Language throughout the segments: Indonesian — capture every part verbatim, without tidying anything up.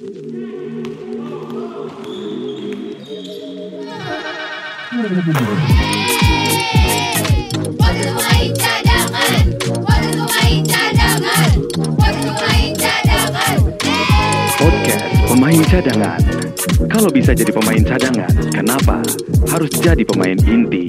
Pemain cadangan, pemain cadangan, pemain cadangan. Podcast Pemain Cadangan. Kalau bisa jadi pemain cadangan, kenapa harus jadi pemain inti?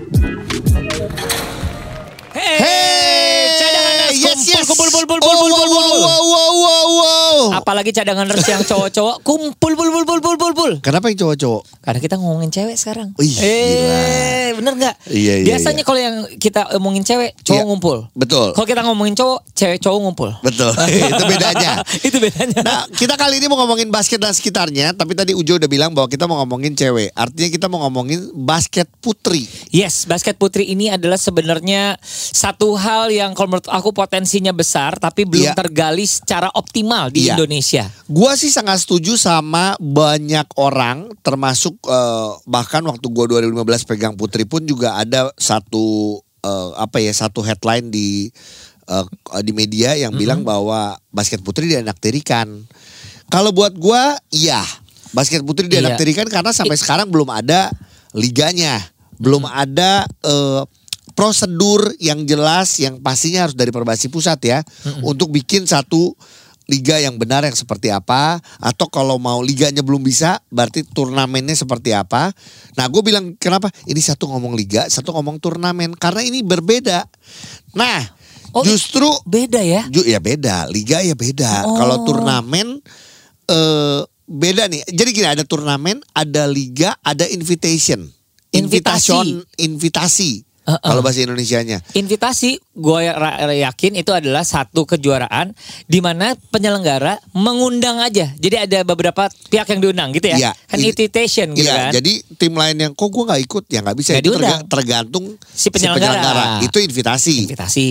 Hey, cadangan nurse yes, kumpul, yes. kumpul, kumpul, Oh, kumpul, wow, kumpul, kumpul. wow, wow, wow, wow. Apalagi cadangan nurse yang cowok-cowok kumpul, bul, bul, bul, bul, bul, bul. Kenapa yang cowok-cowok? Karena kita ngomongin cewek sekarang. Wih, eh, bener nggak? Iya, iya, Biasanya iya. kalau yang kita ngomongin cewek, cowok Iya, ngumpul. betul. Kalau kita ngomongin cowok, cewek cowok ngumpul. Betul, itu bedanya. Itu bedanya. Nah, kita kali ini mau ngomongin basket dan sekitarnya, tapi tadi Ujo udah bilang bahwa kita mau ngomongin cewek. Artinya kita mau ngomongin basket putri. Yes, basket putri ini adalah sebenarnya satu hal yang kalau menurut aku potensinya besar, tapi belum Iya. tergali secara optimal di Iya. Indonesia. Gua sih sangat setuju sama banyak orang, termasuk eh, bahkan waktu gua dua ribu lima belas pegang putri pun juga ada satu eh, apa ya satu headline di eh, di media yang bilang bahwa basket putri dianaktirikan. Kalau buat gua, iya, basket putri Iya. dianaktirikan karena sampai sekarang belum ada liganya, belum ada eh, prosedur yang jelas yang pastinya harus dari Perbasi Pusat ya untuk bikin satu liga yang benar yang seperti apa, atau kalau mau liganya belum bisa berarti turnamennya seperti apa. Nah gue bilang kenapa ini satu ngomong liga, satu ngomong turnamen, karena ini berbeda. Nah Oh, justru Beda ya? ju- ya beda, liga ya beda. Oh. Kalau turnamen eh, beda nih. Jadi gini, ada turnamen, ada liga, ada invitation. Invitasi. Invitation, invitasi. Uh-uh. Kalau bahasa Indonesianya. Invitasi, gue yakin itu adalah satu kejuaraan di mana penyelenggara mengundang aja. Jadi ada beberapa pihak yang diundang gitu ya. Iya. Kan In- invitation gitu Iya, kan. jadi tim lain yang kok gue nggak ikut ya nggak bisa. Nggak Itu terga- diundang. tergantung Si penyelenggara. Itu invitasi. Invitasi.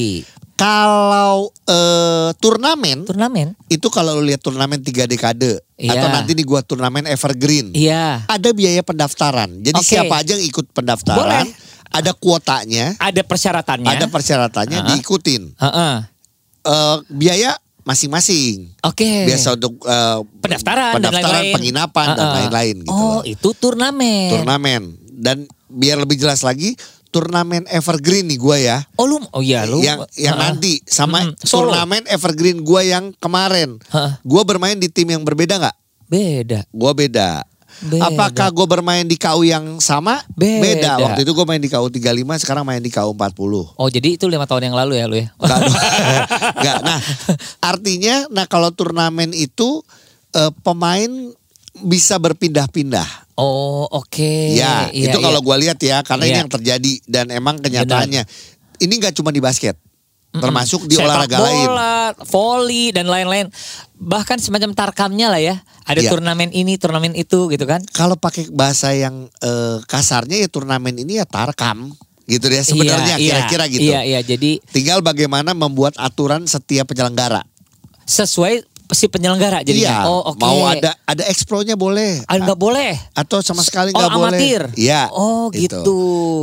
Kalau eh, turnamen Turnamen. itu kalau lu lihat turnamen tiga dekade Iya. atau nanti nih gue turnamen evergreen. Iya. Ada biaya pendaftaran. Jadi Oke. siapa aja yang ikut pendaftaran, Boleh. ada kuotanya, Ada persyaratannya. ada persyaratannya, Uh-uh. diikutin. Heeh. Eh, biaya masing-masing. Oke. Biasa untuk eh, Pendaftaran, dan pendaftaran, lain-lain. penginapan dan Uh-uh. lain-lain gitu. Oh, loh. itu turnamen. Turnamen. Dan biar lebih jelas lagi, turnamen evergreen nih gue ya. Oh lu, oh iya lu. yang yang Heeh. nanti sama Mm-mm, solo. turnamen evergreen gue yang kemarin. Heeh. Gue bermain di tim yang berbeda nggak? Beda. Gue beda. Beda. Apakah gue bermain di K U yang sama? Beda. Waktu itu gue main di K U tiga puluh lima, sekarang main di K U empat puluh. Oh jadi itu lima tahun yang lalu ya lu ya? Enggak, enggak. Nah, artinya, nah kalau turnamen itu eh, pemain bisa berpindah-pindah. Oh oke. Ya, Iya, itu iya. kalau gue lihat ya, karena ini Iya. yang terjadi dan emang kenyataannya. Ini nggak cuma di basket, termasuk di Sepak olahraga lain. bola, voli dan lain-lain. Bahkan semacam tarkamnya lah ya. Ada Iya. turnamen ini, turnamen itu gitu kan. Kalau pakai bahasa yang eh, kasarnya ya turnamen ini ya tarkam, gitu deh sebenarnya Iya, kira-kira iya, gitu. Iya, iya. Jadi Tinggal bagaimana membuat aturan setiap penyelenggara. sesuai si penyelenggara jadinya. Iya, Oh oke. mau ada ada explonya boleh, Ah, nggak boleh. atau sama sekali Oh nggak boleh. amatir. Iya. Oh gitu.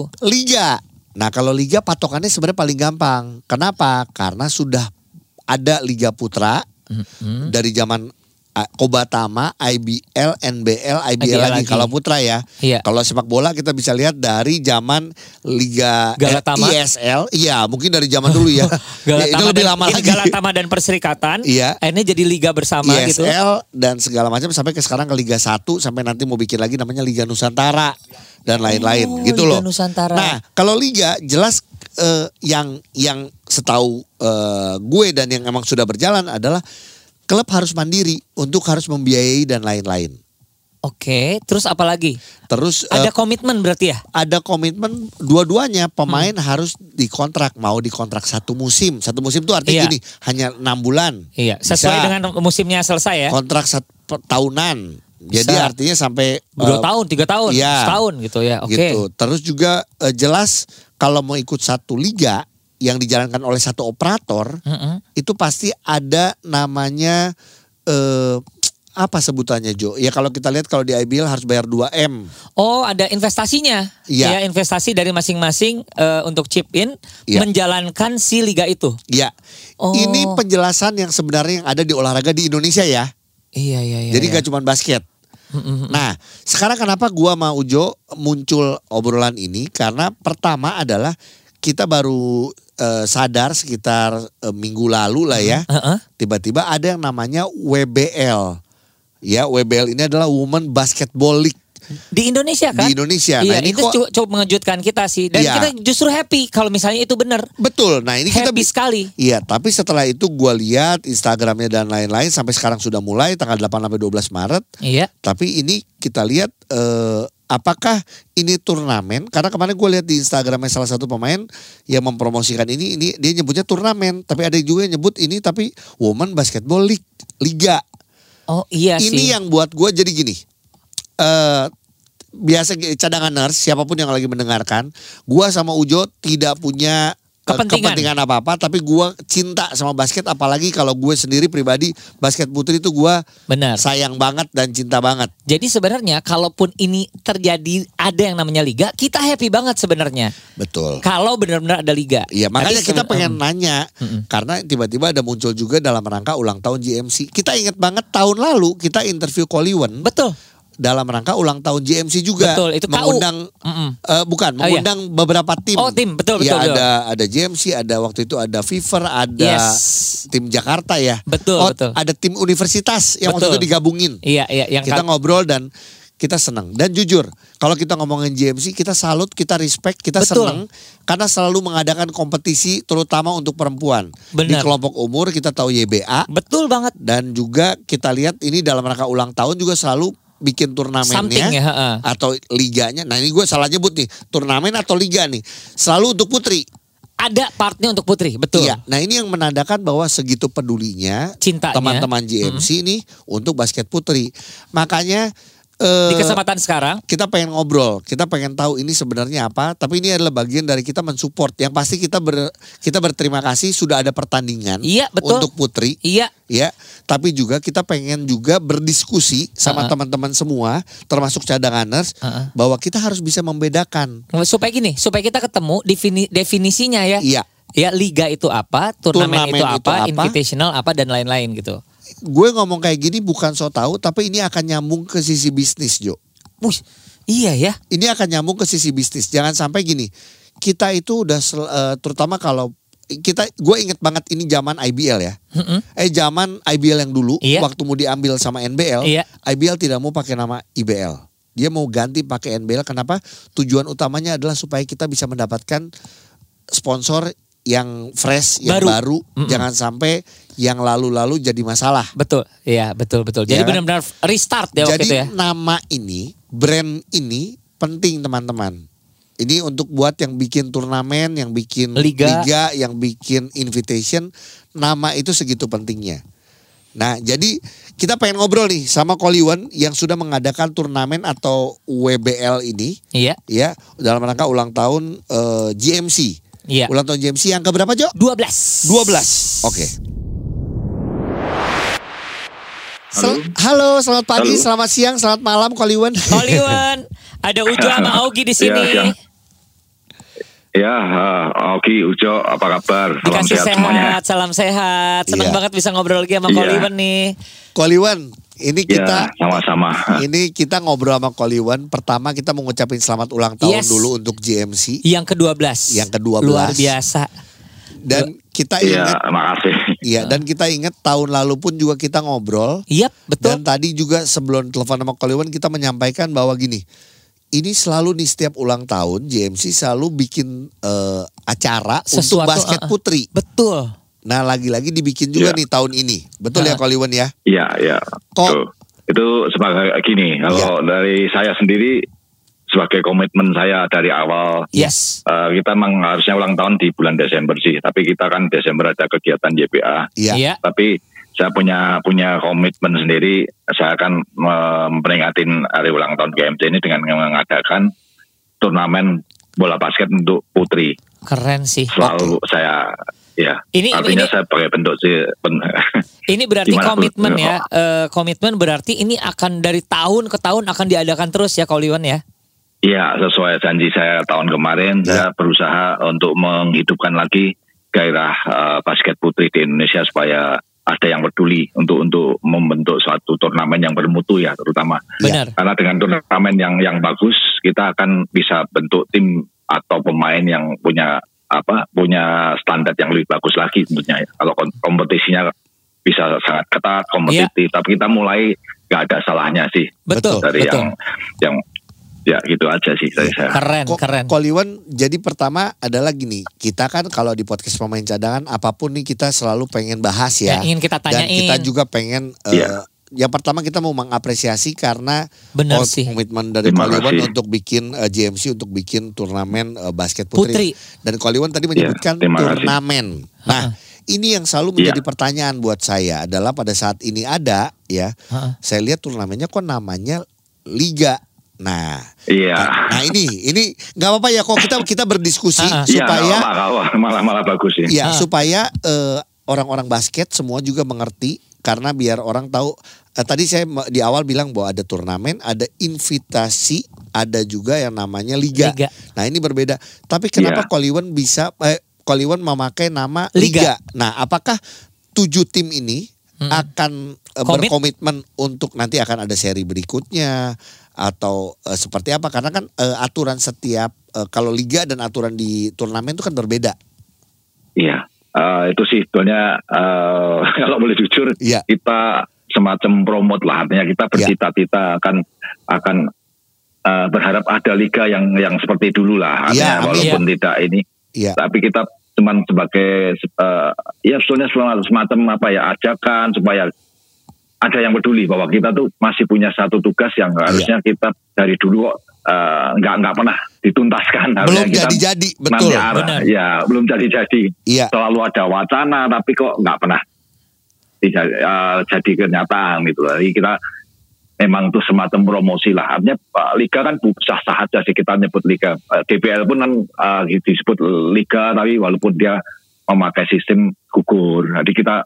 Liga. Nah kalau liga patokannya sebenarnya paling gampang. Kenapa? Karena sudah ada Liga Putra Mm-mm. dari zaman uh, Kobatama, I B L, N B L, I B L I B L lagi. lagi. Kalau putra ya. Iya. Kalau sepak bola kita bisa lihat dari zaman Liga Galatama. I S L. Iya, mungkin dari zaman dulu ya. Ya, itu lebih dan, lama ini lagi. Galatama dan Perserikatan. Iya. Akhirnya jadi liga bersama gitu. I S L dan segala macam sampai ke sekarang ke Liga satu, sampai nanti mau bikin lagi namanya Liga Nusantara dan lain-lain Oh, gitu Liga loh. Nusantara. Nah, kalau liga jelas eh, yang yang setahu eh, gue dan yang emang sudah berjalan adalah klub harus mandiri untuk harus membiayai dan lain-lain. Oke, terus apa lagi? Terus eh, Ada komitmen berarti ya? ada komitmen dua-duanya, pemain Hmm. harus dikontrak, mau dikontrak satu musim. Satu musim itu artinya Iya. gini, hanya enam bulan. Iya, sesuai Bisa. dengan musimnya selesai ya. Kontrak satu tahunan. Jadi Bisa. artinya sampai Dua eh, tahun, tiga tahun, iya. setahun gitu ya. Oke. gitu. Terus juga eh, jelas kalau mau ikut satu liga yang dijalankan oleh satu operator, Mm-mm. itu pasti ada namanya eh, apa sebutannya Jo? Ya kalau kita lihat kalau di I B L harus bayar dua M. Oh, ada investasinya. Iya. Ya, investasi dari masing-masing eh, untuk chip in Iya. menjalankan si liga itu. Ya. Oh. Ini penjelasan yang sebenarnya yang ada di olahraga di Indonesia ya. Iya iya iya. Jadi iya. gak cuma basket. Mm-mm. Nah, sekarang kenapa gua sama Ujo muncul obrolan ini? Karena pertama adalah kita baru eh, sadar sekitar eh, minggu lalu lah ya. Heeh. Tiba-tiba ada yang namanya W B L. Ya, W B L ini adalah Women Basketball League Di Indonesia kan? di Indonesia. Iya, Nah, ini itu kok cukup, cukup mengejutkan kita sih. Dan Iya. kita justru happy kalau misalnya itu benar. betul. Nah, ini kita Happy bi- sekali. Iya, tapi setelah itu gua lihat Instagramnya dan lain-lain sampai sekarang sudah mulai tanggal delapan sampai dua belas Maret. Iya. Tapi ini kita lihat eh, apakah ini turnamen? Karena kemarin gue lihat di Instagramnya salah satu pemain yang mempromosikan ini, ini dia nyebutnya turnamen. Tapi ada juga yang nyebut ini tapi Women Basketball League, Liga. Oh iya sih. Ini yang buat gue jadi gini. Eh biasa cadanganers siapapun yang lagi mendengarkan, gue sama Ujo tidak punya eh, Kepentingan. kepentingan apa-apa, tapi gue cinta sama basket. Apalagi kalau gue sendiri pribadi basket putri itu gue Benar. sayang banget dan cinta banget. Jadi sebenarnya kalaupun ini terjadi ada yang namanya liga, kita happy banget sebenarnya. Betul. Kalau benar-benar ada liga. Iya, makanya Tapi kita seben- pengen em, nanya Mm-mm. karena tiba-tiba ada muncul juga dalam rangka ulang tahun J M C. Kita ingat banget tahun lalu kita interview Koliwen Betul. dalam rangka ulang tahun J M C juga. Betul, itu K U. mengundang Mm-mm. eh, bukan, Oh, iya. mengundang beberapa tim. Oh, tim, betul, Iya, betul, betul. ada ada J M C, ada waktu itu ada Fever, ada Yes. tim Jakarta ya. Betul, oh, betul. ada tim universitas yang waktu Betul. itu digabungin. Iya, iya yang Kita kal- ngobrol dan kita senang. Dan jujur, kalau kita ngomongin J M C, kita salut, kita respect, kita Betul. senang karena selalu mengadakan kompetisi terutama untuk perempuan. Di Benar. kelompok umur kita tahu Y B A betul banget. dan juga kita lihat ini dalam rangka ulang tahun juga selalu bikin turnamennya Something ya, heeh. atau liganya. Nah, ini gue salah nyebut nih, turnamen atau liga nih. Selalu untuk putri. Ada partnya untuk putri, betul. Iya. Nah, ini yang menandakan bahwa segitu pedulinya Cintanya. teman-teman J M C ini untuk basket putri. Makanya eh, Di kesempatan sekarang, kita pengen ngobrol, kita pengen tahu ini sebenarnya apa, tapi ini adalah bagian dari kita mensupport. Yang pasti kita ber, kita berterima kasih sudah ada pertandingan Iya, betul. untuk putri, iya, ya. Tapi juga kita pengen juga berdiskusi sama Uh-uh. teman-teman semua, termasuk cadanganers, Uh-uh. bahwa kita harus bisa membedakan. supaya gini, supaya kita ketemu defini- definisinya ya. Iya. Ya liga itu apa, turnamen, Turnamen itu, itu apa, apa. invitational apa dan lain-lain gitu. Gue ngomong kayak gini bukan so tahu, tapi ini akan nyambung ke sisi bisnis, Jo. Wuh, iya ya. Ini akan nyambung ke sisi bisnis. Jangan sampai gini, kita itu udah sel- eh, terutama kalau kita, gue inget banget ini zaman I B L ya. Mm-mm. Eh zaman I B L yang dulu, Iya. waktu mau diambil sama N B L, Iya. I B L tidak mau pakai nama I B L. Dia mau ganti pakai N B L. Kenapa? Tujuan utamanya adalah supaya kita bisa mendapatkan sponsor yang fresh, yang Baru. baru. Mm-mm. Jangan sampai yang lalu-lalu jadi masalah. Betul, iya betul betul. Jadi Ya kan? benar-benar restart ya waktu Jadi itu ya. nama ini, brand ini penting teman-teman. Ini untuk buat yang bikin turnamen, yang bikin Liga. liga, yang bikin invitation, nama itu segitu pentingnya. Nah, jadi kita pengen ngobrol nih sama Koliwen yang sudah mengadakan turnamen atau W B L ini, Iya, ya, dalam rangka ulang tahun eh, J M C. iya. Ulang tahun J M C yang keberapa, Jo? dua belas. dua belas. Oke. Sel- Halo, selamat pagi, Halo. selamat siang, selamat malam Koliwen. Koliwen, ada Ujo sama Augie di sini. Iya, siang. Ya, uh, Oki, Ujo, apa kabar? Salam Dikasih sehat sehat, semuanya. salam sehat. Seneng Iya. banget bisa ngobrol lagi sama Iya. Koliwen nih. Koliwen, ini kita Ya, sama-sama. ini kita ngobrol sama Koliwen. Pertama kita mau ngucapin selamat ulang tahun Yes. dulu untuk J M C Yang kedua belas. Yang kedua belas. Luar biasa. dan kita Iya, ingat makasih. iya dan kita ingat tahun lalu pun juga kita ngobrol Yap, betul. dan tadi juga sebelum telepon sama Koliwen kita menyampaikan bahwa gini. Ini selalu nih setiap ulang tahun J M C selalu bikin eh, acara untuk Sesuatu, basket uh-uh. putri. Betul. Nah lagi-lagi dibikin juga Iya. nih tahun ini. Betul ya Uh. Koliwen ya? Iya, iya. Kok- Tuh. Itu sebagai gini, Iya. kalau dari saya sendiri sebagai komitmen saya dari awal, Yes. eh, kita memang harusnya ulang tahun di bulan Desember sih, tapi kita kan Desember ada kegiatan Y B A. Iya. Iya. Tapi saya punya punya komitmen sendiri, saya akan memperingatin hari ulang tahun G M C ini dengan mengadakan turnamen bola basket untuk putri. Keren sih. Selalu saya, ya, Ini- artinya ini- saya pakai bentuk sih. pen- Ini berarti Gimana, komitmen Bu? ya. Eh, komitmen berarti ini akan dari tahun ke tahun akan diadakan terus ya Koliwen ya. Iya, sesuai janji saya tahun kemarin, Ya. saya berusaha untuk menghidupkan lagi gairah eh, basket putri di Indonesia supaya ada yang peduli untuk untuk membentuk suatu turnamen yang bermutu ya terutama. Benar. Karena dengan turnamen yang yang bagus kita akan bisa bentuk tim atau pemain yang punya apa punya standar yang lebih bagus lagi tentunya ya. Kalau kompetisinya bisa sangat ketat kompetitif, yeah. tapi kita mulai nggak ada salahnya sih. Betul. Dari betul. yang yang ya gitu aja sih dari saya. Keren, Ko- keren. Koliwan, jadi pertama adalah gini, kita kan kalau di podcast pemain cadangan apapun nih kita selalu pengen bahas ya. Yang ingin kita Dan tanyain. kita juga pengen Iya. uh, yang pertama kita mau mengapresiasi karena Benar oh, sih. komitmen dari Terima Koliwan kasih. untuk bikin uh, J M C untuk bikin turnamen uh, basket putri. Putri. Dan Koliwan tadi menyebutkan terima kasih. turnamen. Nah, ini yang selalu menjadi pertanyaan buat saya adalah pada saat ini ada ya, Ha-ha. saya lihat turnamennya kok namanya Liga. Nah, Iya. nah ini ini nggak apa-apa ya kok kita kita berdiskusi Ah, ah. Iya, supaya nggak apa-apa, malah malah bagus sih. ya Ah. supaya eh, orang-orang basket semua juga mengerti karena biar orang tahu. Eh, tadi saya me- di awal bilang bahwa ada turnamen, ada invitasi, ada juga yang namanya liga. Liga. Nah ini berbeda. Tapi kenapa Iya. Koliwan bisa eh, Koliwan memakai nama Liga. liga? Nah apakah tujuh tim ini Mm-mm. akan eh, Komit? berkomitmen untuk nanti akan ada seri berikutnya atau eh, seperti apa? Karena kan eh, aturan setiap eh, kalau liga dan aturan di turnamen itu kan berbeda. Iya, Eh, itu sih sebetulnya eh, kalau boleh jujur Iya. kita semacam promote lah, artinya kita bercita-cita akan akan eh, berharap ada liga yang yang seperti dulu lah, Iya, artinya amin. walaupun tidak ini, Iya. tapi kita cuman sebagai eh, ya sebetulnya semacam apa ya ajakan supaya ada yang peduli bahwa kita tuh masih punya satu tugas yang harusnya kita dari dulu kok eh, nggak nggak pernah dituntaskan. Belum Harusnya kita jadi-jadi, betul. nanti arah, Benar. ya belum jadi-jadi. Iya. Selalu ada wacana tapi kok nggak pernah tidak eh, jadi kenyataan gitu. Jadi kita memang itu semacam promosi lah. Artinya eh, liga kan sah-sah aja sih kita nyebut liga. Eh, D B L pun kan eh, disebut liga tapi walaupun dia memakai sistem gugur. Jadi kita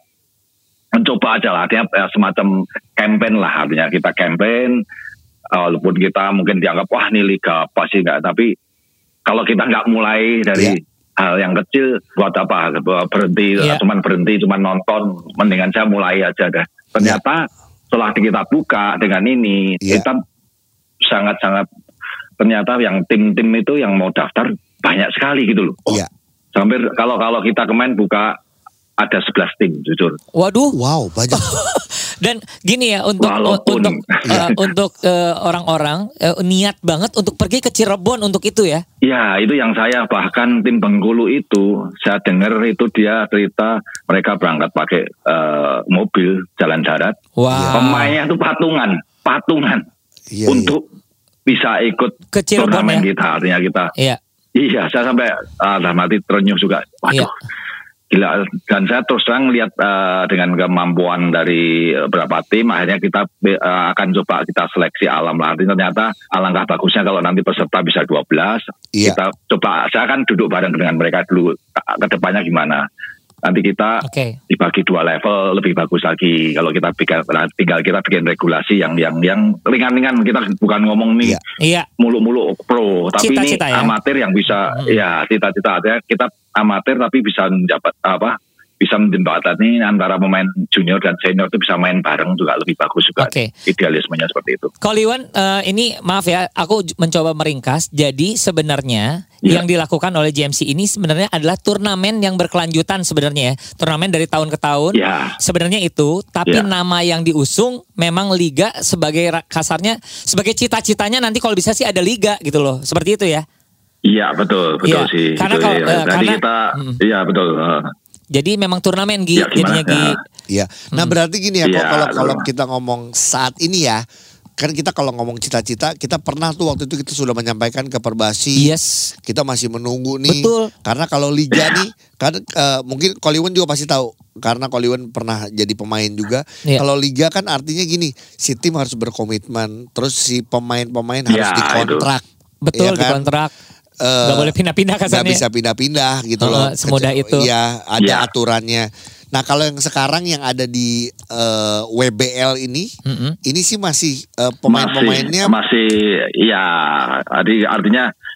mencoba aja lah, artinya eh, semacam campaign lah, artinya kita campaign eh, walaupun kita mungkin dianggap wah ini liga apa sih enggak, tapi kalau kita nggak mulai dari Iya. hal yang kecil buat apa berhenti, Iya. cuman berhenti cuman nonton, mendingan saya mulai aja dah. Ternyata setelah kita buka dengan ini Iya. kita sangat-sangat ternyata yang tim-tim itu yang mau daftar banyak sekali gitu loh. Oh, Iya. Sampai kalau kalau kita kemarin buka ada sebelas tim jujur. Waduh. Wow, banyak. Dan gini ya untuk Walaupun- untuk eh, untuk eh, orang-orang eh, niat banget untuk pergi ke Cirebon untuk itu ya. Ya itu yang saya bahkan tim Bengkulu itu saya dengar itu dia cerita mereka berangkat pakai eh, mobil jalan darat. Wah. Pemainnya itu patungan, patungan Iya, untuk bisa ikut Ke Cirebon turnamen ya? kita. Artinya kita, Iya. iya saya sampai ah, dalam hati terenyuh juga. Waduh. Iya. Gila, dan saya terus terang lihat uh, dengan kemampuan dari uh, beberapa tim, akhirnya kita uh, akan coba kita seleksi alam lah. Artinya ternyata alangkah bagusnya kalau nanti peserta bisa dua belas, Iya. kita coba, saya akan duduk bareng dengan mereka dulu, ke depannya gimana. Nanti kita Oke. dibagi dua level lebih bagus lagi. Kalau kita bikin, tinggal kita bikin regulasi yang yang yang ringan-ringan. Kita bukan ngomong nih Iya. Iya. muluk-muluk pro, tapi Cita-cita ini ya? amatir yang bisa, Hmm. ya cita-cita artinya kita amatir tapi bisa menjabat apa, bisa menjembatani antara pemain junior dan senior itu bisa main bareng juga lebih bagus juga. Oke. Idealismenya seperti itu. Koliwan, eh, ini maaf ya, aku j- mencoba meringkas. Jadi sebenarnya Iya. yang dilakukan oleh J M C ini sebenarnya adalah turnamen yang berkelanjutan sebenarnya ya. Turnamen dari tahun ke tahun. Ya. Sebenarnya itu, tapi Iya. nama yang diusung memang liga sebagai ra- kasarnya sebagai cita-citanya nanti kalau bisa sih ada liga gitu loh. Seperti itu ya. Iya betul betul Iya, sih. karena Itu, kalau- ya. eh, Jadi karena- kita, Hmm. iya betul. eh. Jadi memang turnamen Gi, Ya, gimana? jadinya Gi. Ya. Iya. Nah, berarti gini ya, kok Iya, kalau betul. kalau kita ngomong saat ini ya, kan kita kalau ngomong cita-cita, kita pernah tuh waktu itu kita sudah menyampaikan ke Perbasi. Yes. Kita masih menunggu nih. Betul. Karena kalau liga nih, kan eh, mungkin Koliwan juga pasti tahu karena Koliwan pernah jadi pemain juga. Iya. Kalau liga kan artinya gini, si tim harus berkomitmen, terus si pemain-pemain harus Ya, dikontrak. Betul, Iya kan? dikontrak. Eh, Gak boleh pindah-pindah nggak kasarnya. bisa pindah-pindah gitu Oh, loh. semudah Kece- itu. Iya, ada Ya. aturannya. Nah, kalau yang sekarang yang ada di eh, W B L ini, Mm-mm. ini sih masih eh, pemain-pemainnya masih, masih ya arti- artinya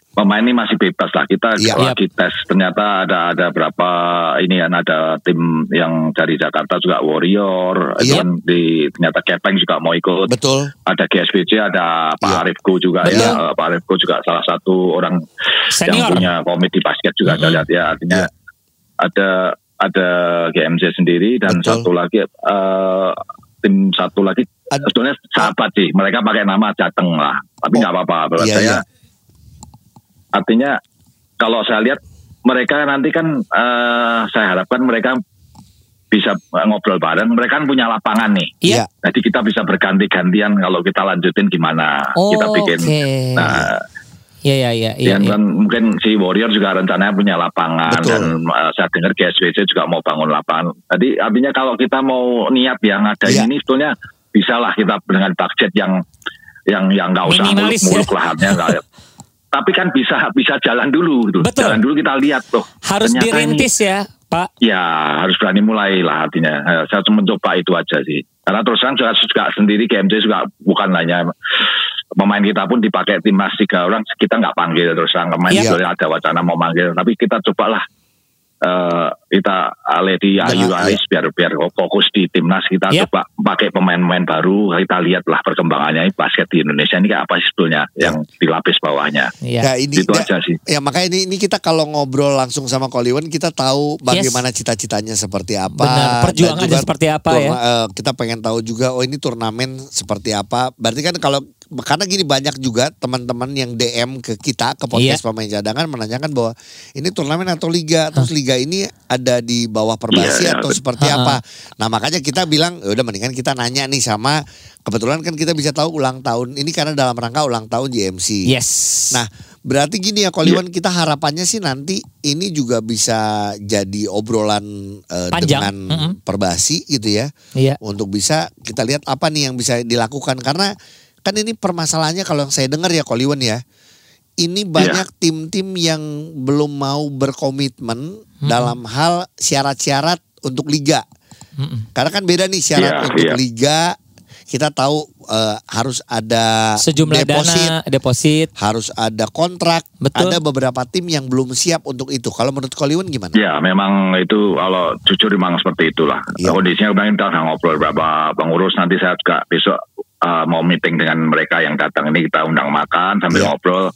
pemain ini masih bebas lah. Kita Iya. lagi tes. Ternyata ada ada berapa ini kan ada tim yang dari Jakarta juga Warrior. Itu Iya. kan di ternyata Kepeng juga mau ikut. Betul. Ada G S B C, ada Pak Iya. Arifko juga Betul. ya. Pak Arifko juga salah satu orang Senior. yang punya komedi basket juga Mm-mm. ada lihat ya. Artinya Iya. ada ada G M C sendiri dan Betul. satu lagi eh, tim satu lagi Ad- sebetulnya sahabat sih. Mereka pakai nama Jateng lah. Tapi Oh, nggak apa-apa. Buat iya, saya iya. artinya kalau saya lihat mereka nanti kan eh, saya harapkan mereka bisa ngobrol bareng. Mereka kan punya lapangan nih. Iya. Jadi kita bisa berganti-gantian kalau kita lanjutin gimana Oh, kita bikin. oke. Nah, Iya, iya, iya. iya, dan iya. kan mungkin si Warrior juga rencananya punya lapangan. Betul. Dan uh, saya dengar G S B C juga mau bangun lapangan. Jadi artinya kalau kita mau niat yang ada Iya. ini sebetulnya bisalah kita dengan budget yang yang yang nggak usah Minimalis muluk-muluk ya. lahannya. nggak- Tapi kan bisa bisa jalan dulu gitu. Betul. Jalan dulu kita lihat tuh. Harus ternyata ini- dirintis ya, Pak. Ya harus berani mulai lah artinya. Eh, Saya cuma mencoba itu aja sih. Karena terus terang juga, juga sendiri G M C juga bukan hanya pemain kita pun dipakai timnas tiga orang kita nggak panggil terus terang kemarin Iya. sebenarnya ada wacana mau manggil tapi kita cobalah eh kita Lady Ayu Dengan- Ais biar biar fokus di timnas kita Yep. coba pakai pemain-pemain baru kita lihatlah perkembangannya basket di Indonesia ini kayak apa sih sebetulnya yang di lapis bawahnya. Iya. Ya ini Itu da- aja sih. Ya makanya ini, ini kita kalau ngobrol langsung sama Koliwan kita tahu bagaimana cita-citanya seperti apa. Benar, Dan perjuangannya juga seperti apa ya. turna- eh, kita pengen tahu juga oh ini turnamen seperti apa. Berarti kan kalau karena gini banyak juga teman-teman yang D M ke kita ke podcast Iya. pemain cadangan menanyakan bahwa ini turnamen atau liga. Terus liga ini ada di bawah Perbasi Iya, atau betul. seperti Ha-ha. apa. Nah makanya kita bilang ya udah mendingan kita nanya nih sama kebetulan kan kita bisa tahu ulang tahun ini karena dalam rangka ulang tahun J M C. Yes. Nah, berarti gini ya Koliwan kita harapannya sih nanti ini juga bisa jadi obrolan eh, Panjang. dengan Mm-mm. Perbasi gitu ya. Iya. Untuk bisa kita lihat apa nih yang bisa dilakukan karena kan ini permasalahannya kalau yang saya dengar ya Koliwan ya. Ini banyak tim-tim yang belum mau berkomitmen dalam hal syarat-syarat untuk liga. Mm-mm. Karena kan beda nih syarat Iya, untuk iya. liga. Kita tahu eh, harus ada Sejumlah deposit, dana, deposit. harus ada kontrak. Betul. Ada beberapa tim yang belum siap untuk itu. Kalau menurut Koliwan gimana? Ya memang itu kalau jujur memang seperti itulah. Iya. Kondisinya kemarin kita udah ngobrol beberapa pengurus nanti saya juga besok uh, mau meeting dengan mereka yang datang ini kita undang makan sambil Iya. ngobrol.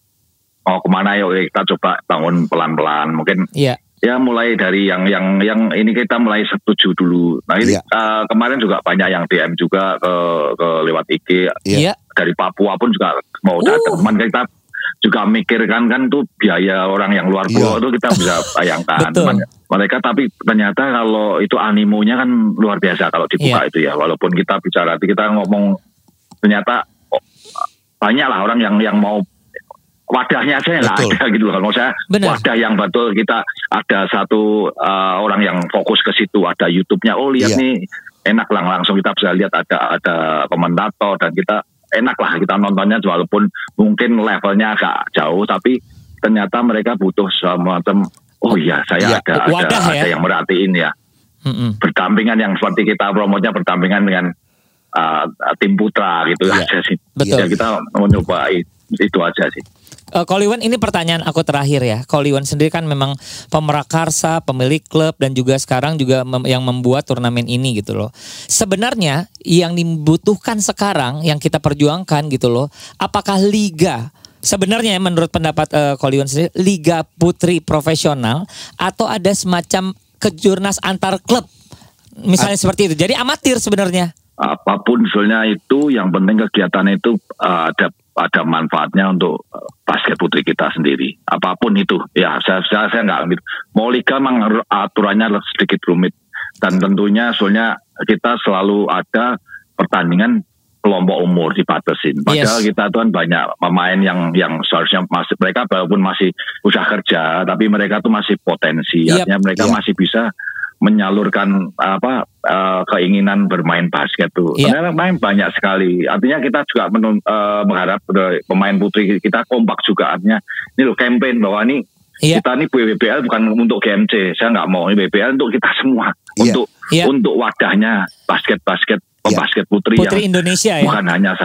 Mau kemana yuk kita coba bangun pelan-pelan mungkin Iya. ya mulai dari yang yang yang ini kita mulai setuju dulu. Nah ini Iya. uh, kemarin juga banyak yang D M juga ke, ke lewat I G Iya. Iya. dari Papua pun juga mau datang. Uh. Cuman kita juga mikirkan kan tuh biaya orang yang luar pulau Iya. itu kita bisa bayangkan. Betul. Cuman mereka tapi ternyata kalau itu animonya kan luar biasa kalau dibuka Iya. itu ya. Walaupun kita bicara kita ngomong ternyata oh, banyak lah orang yang yang mau wadahnya aja nggak Betul. ada gitu loh. Kalau saya Benar. wadah yang betul kita ada satu uh, orang yang fokus ke situ ada YouTube-nya. Oh lihat Iya. nih enak lah langsung kita bisa lihat ada ada komentator dan kita enak lah kita nontonnya walaupun mungkin levelnya agak jauh tapi ternyata mereka butuh semacam oh iya saya Iya. ada Wadah ada, ya. ada yang merhatiin ya Mm-mm. berdampingan yang seperti kita promotnya berdampingan dengan uh, tim putra gitu Iya. aja sih. Betul. Ya, kita mau nyoba i- itu aja sih. Eh, Koliwan ini pertanyaan aku terakhir ya. Koliwan sendiri kan memang pemerakarsa, pemilik klub dan juga sekarang juga mem- yang membuat turnamen ini gitu loh. Sebenarnya yang dibutuhkan sekarang yang kita perjuangkan gitu loh, apakah liga sebenarnya menurut pendapat eh, Koliwan sendiri liga putri profesional atau ada semacam kejurnas antar klub misalnya seperti itu. Jadi amatir sebenarnya. Apapun soalnya itu yang penting kegiatan itu uh, ada ada manfaatnya untuk uh, basket putri kita sendiri. Apapun itu, ya saya saya, saya nggak gitu. Mau liga memang aturannya sedikit rumit dan tentunya soalnya kita selalu ada pertandingan kelompok umur dibatasin. Padahal Yes. kita tuh kan banyak pemain yang yang seharusnya masih mereka walaupun masih usaha kerja, tapi mereka tuh masih potensi. Yep. Artinya mereka Yep. masih bisa menyalurkan apa uh, keinginan bermain basket tuh. Iya. Ternyata main banyak sekali. Artinya kita juga menun, uh, mengharap uh, pemain putri kita kompak juga. Artinya ini loh campaign bahwa ini Iya. kita ini B B L bukan untuk G M C. Saya nggak mau ini B B L untuk kita semua. Iya. Untuk Iya. untuk wadahnya basket-basket Iya. pembasket putri, Putri yang Indonesia ya. bukan hanya saya.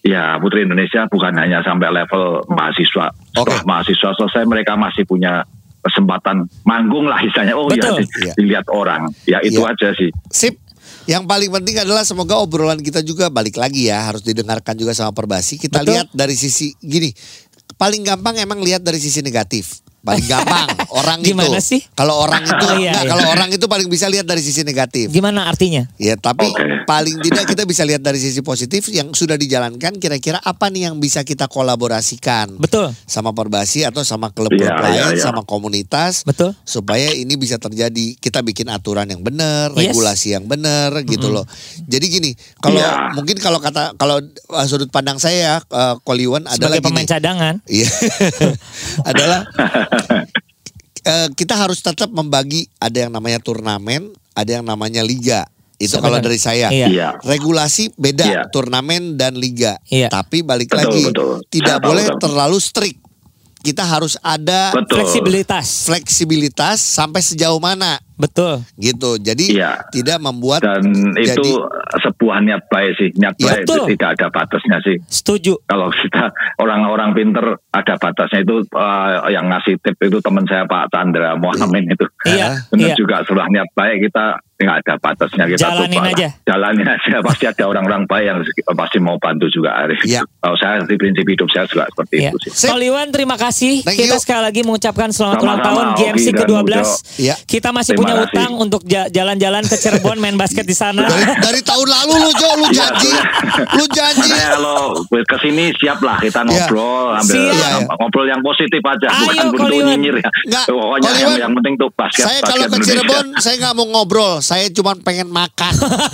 Ya, Putri Indonesia bukan hanya sampai level mahasiswa. Setelah Oke. mahasiswa selesai, mereka masih punya kesempatan manggung lah istilahnya. Oh iya, Betul. di- Iya. dilihat orang. Ya itu Iya. aja sih. Sip. Yang paling penting adalah semoga obrolan kita juga balik lagi ya, harus didengarkan juga sama Perbasi. Kita Betul. lihat dari sisi gini, paling gampang emang lihat dari sisi negatif. Paling gampang orang Gimana itu. sih? Kalau orang itu Oh, iya, enggak, iya. kalau orang itu paling bisa lihat dari sisi negatif. Gimana artinya? Ya, tapi Oke. paling tidak kita bisa lihat dari sisi positif yang sudah dijalankan. Kira-kira apa nih yang bisa kita kolaborasikan Betul. sama Perbasi atau sama klub-klub Iya, lain, iya, iya. sama komunitas, Betul. supaya ini bisa terjadi. Kita bikin aturan yang benar, Yes. regulasi yang benar, gitu loh. Jadi gini, kalau Iya. mungkin kalau kata kalau uh, sudut pandang saya, uh, Koliwan adalah Sebagai pemain gini. cadangan. Iya, adalah eh, kita harus tetap membagi, ada yang namanya turnamen, ada yang namanya liga. Itu kalau Sebenarnya. dari saya. Iya. Iya. Regulasi beda, Iya. turnamen dan liga. Iya. Tapi balik Betul, lagi, betul. tidak Saya tahu, boleh tahu. terlalu strict. Kita harus ada Betul. Fleksibilitas. fleksibilitas sampai sejauh mana, Betul. gitu. Jadi Iya. tidak membuat Dan jadi itu sebuah niat baik sih. Niat Iya, baik itu betul. tidak ada batasnya sih. Setuju. Kalau kita orang-orang pinter ada batasnya itu eh, yang ngasih tip itu teman saya Pak Chandra Mohamed itu. Iya, Benar iya. juga setelah niat baik kita nggak ada batasnya kita Jalanin coba lah. aja. Jalanin aja pasti ada orang-orang baik yang pasti mau bantu juga Arif. Iya. Kalau saya di prinsip hidup saya juga seperti Iya. itu sih. Sip. Koliwan terima kasih. Thank Kita you. sekali lagi mengucapkan selamat ulang Sama-sama, tahun G M C Oki ke dan dua belas. Ujo. Iya. Kita masih Terima punya kasih. utang untuk ja- jalan-jalan ke Cirebon main basket di sana. dari, dari tahun lalu lu Jo, lu Iya, janji, sudah. lu janji. Saya kalau kesini siap lah kita Iya. ngobrol, ambil Siap. Iya, iya. ngobrol yang positif aja, Ayo, bukan untuk Koliwan. nyinyir ya. Nggak, Pokoknya yang, Koliwan, yang penting tuh basket. Saya basket kalau ke Indonesia. Cirebon, saya nggak mau ngobrol. Saya cuma pengen makan.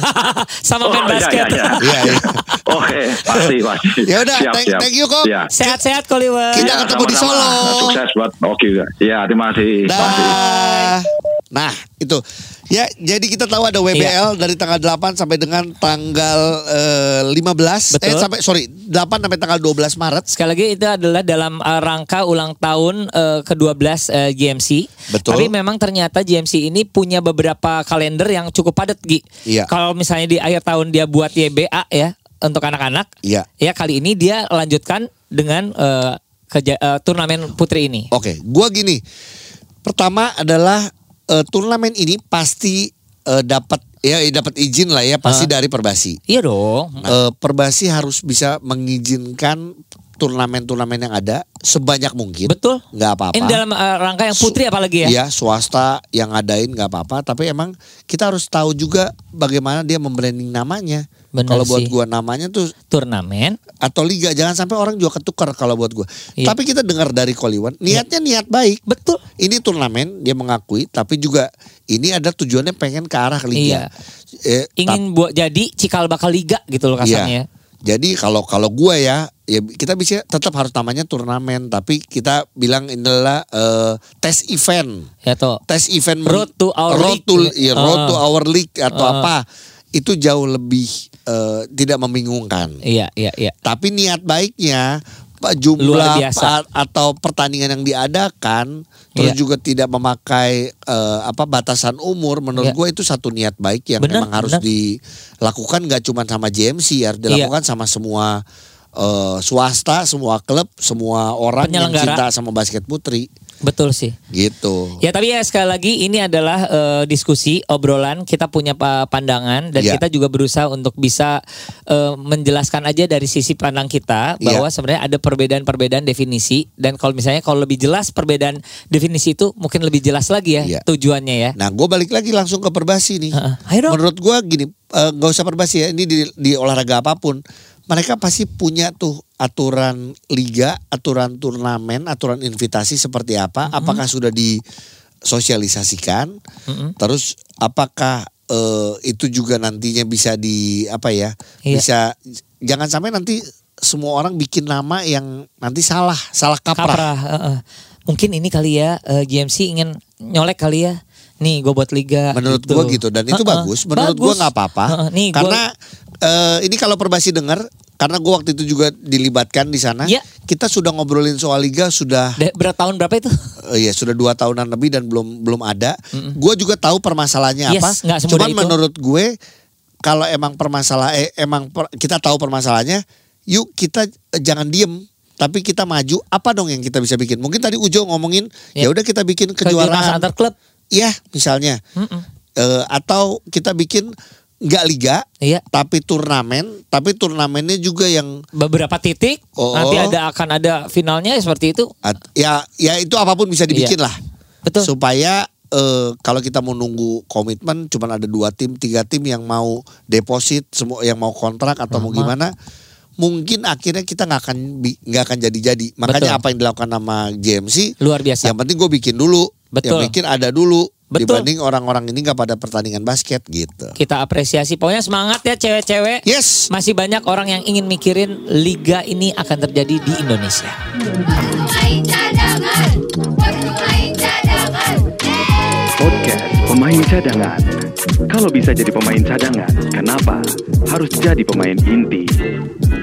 Sama Oh, main iya, basket. iya, iya. Iya, iya. Oke, pasti, pasti. Ya udah, Siap, thank, siap. thank you kok. Iya. Sehat-sehat Koliwan. Kita Iya, ketemu di sama-sama. Solo. Sukses buat Oki. Ya, terima kasih. Terima kasih. Dah. Nah, itu. Ya, jadi kita tahu ada W B L Iya. dari tanggal delapan sampai dengan tanggal eh, lima belas. Eh Betul. sampai sorry, delapan sampai tanggal dua belas Maret. Sekali lagi itu adalah dalam uh, rangka ulang tahun uh, ke dua belas uh, G M C. Betul. Tapi memang ternyata G M C ini punya beberapa kalender yang cukup padat, Gi. Iya. Kalau misalnya di akhir tahun dia buat Y B A ya untuk anak-anak. Iya. Ya kali ini dia lanjutkan dengan uh, keja- uh, turnamen putri ini. Oke, gua gini. Pertama adalah eh, turnamen ini pasti eh, dapat ya dapat izin lah ya, pasti dari Perbasi. Iya dong. Eh, Perbasi harus bisa mengizinkan turnamen-turnamen yang ada sebanyak mungkin. Betul. Nggak apa-apa. Ini dalam uh, rangka yang putri apalagi ya? Iya, swasta yang ngadain nggak apa-apa. Tapi emang kita harus tahu juga bagaimana dia membranding namanya. Benar Kalau buat sih. gua namanya tuh Turnamen. atau liga, jangan sampai orang juga ketukar kalau buat gua. Iya. Tapi kita dengar dari Koliwan, niatnya niat baik. Betul. Ini turnamen dia mengakui, tapi juga ini ada tujuannya pengen ke arah liga. Eh, Ingin buat jadi cikal bakal liga gitu loh Iya. kasarnya. Jadi kalau kalau gue ya, ya kita bisa tetap harus namanya turnamen, tapi kita bilang ini adalah eh, tes event, Ya toh. tes event Road to our road league. to, iya, road to Uh. our league atau Uh. apa, itu jauh lebih eh, tidak membingungkan. Iya, iya, iya. Tapi niat baiknya Pak, Luar jumlah biasa. pa- atau pertandingan yang diadakan terus Iya. juga tidak memakai eh, apa batasan umur, menurut Iya. gue itu satu niat baik yang Benar, memang harus benar. dilakukan, nggak cuma sama J M C, harus dilakukan sama semua eh, swasta, semua klub, semua orang yang cinta Penyelenggara. sama basket putri Betul sih. gitu. Ya tapi ya sekali lagi ini adalah eh, diskusi, obrolan, kita punya pa- pandangan dan Iya. kita juga berusaha untuk bisa eh, menjelaskan aja dari sisi pandang kita bahwa Iya. sebenarnya ada perbedaan-perbedaan definisi dan kalau misalnya kalau lebih jelas perbedaan definisi itu mungkin lebih jelas lagi ya Iya. tujuannya ya. Nah, gue balik lagi langsung ke Perbasi nih. Heeh. Ayo dong. Menurut gue gini, eh, nggak usah Perbasi ya. Ini di, di olahraga apapun, mereka pasti punya tuh aturan liga, aturan turnamen, aturan invitasi seperti apa. Mm-hmm. Apakah sudah disosialisasikan? Mm-mm. Terus apakah eh, itu juga nantinya bisa di apa ya? Iya. Bisa jangan sampai nanti semua orang bikin nama yang nanti salah, salah kaprah. Kaprah. heeh. Mungkin ini kali ya eh, G M C ingin nyolek kali ya. Nih gue buat liga. Menurut gitu. gua gitu, dan itu Heeh, bagus. Menurut gua bagus. nggak apa-apa. Heeh, nih gua- Karena eh, ini kalau Perbasi dengar, karena gua waktu itu juga dilibatkan di sana. Iya. Kita sudah ngobrolin soal liga sudah Da- berapa tahun berapa itu? eh, ya sudah dua tahunan lebih dan belum belum ada. Gua juga tahu permasalahannya Yes, apa. nggak semudah Cuman itu. menurut gue kalau emang permasalahan eh, emang per- kita tahu permasalahannya, yuk kita eh, jangan diem, tapi kita maju. Apa dong yang kita bisa bikin? Mungkin tadi Ujo ngomongin, Ya. ya udah kita bikin Kejuaraan kejuaraan antar klub. ya misalnya. Mm-mm. Eh, atau kita bikin nggak liga, Iya. tapi turnamen, tapi turnamennya juga yang Beberapa titik Oh. nanti ada akan ada finalnya seperti itu. at- ya ya itu apapun bisa dibikin Iya. lah. Betul. Supaya eh, kalau kita mau nunggu komitmen cuman ada dua tim, tiga tim yang mau deposit, semua yang mau kontrak atau mau Lama. gimana, mungkin akhirnya kita nggak akan bi- nggak akan jadi-jadi. Makanya Betul. apa yang dilakukan sama J M C, Luar biasa. yang penting gue bikin dulu, Betul. yang bikin ada dulu. Betul. Dibanding orang-orang ini nggak pada pertandingan basket gitu. Kita apresiasi. Pokoknya semangat ya cewek-cewek. Yes. Masih banyak orang yang ingin mikirin liga ini akan terjadi di Indonesia. Waktu pemain cadangan. Waktu pemain cadangan. Podcast Pemain Cadangan. Kalau bisa jadi pemain cadangan, kenapa harus jadi pemain inti?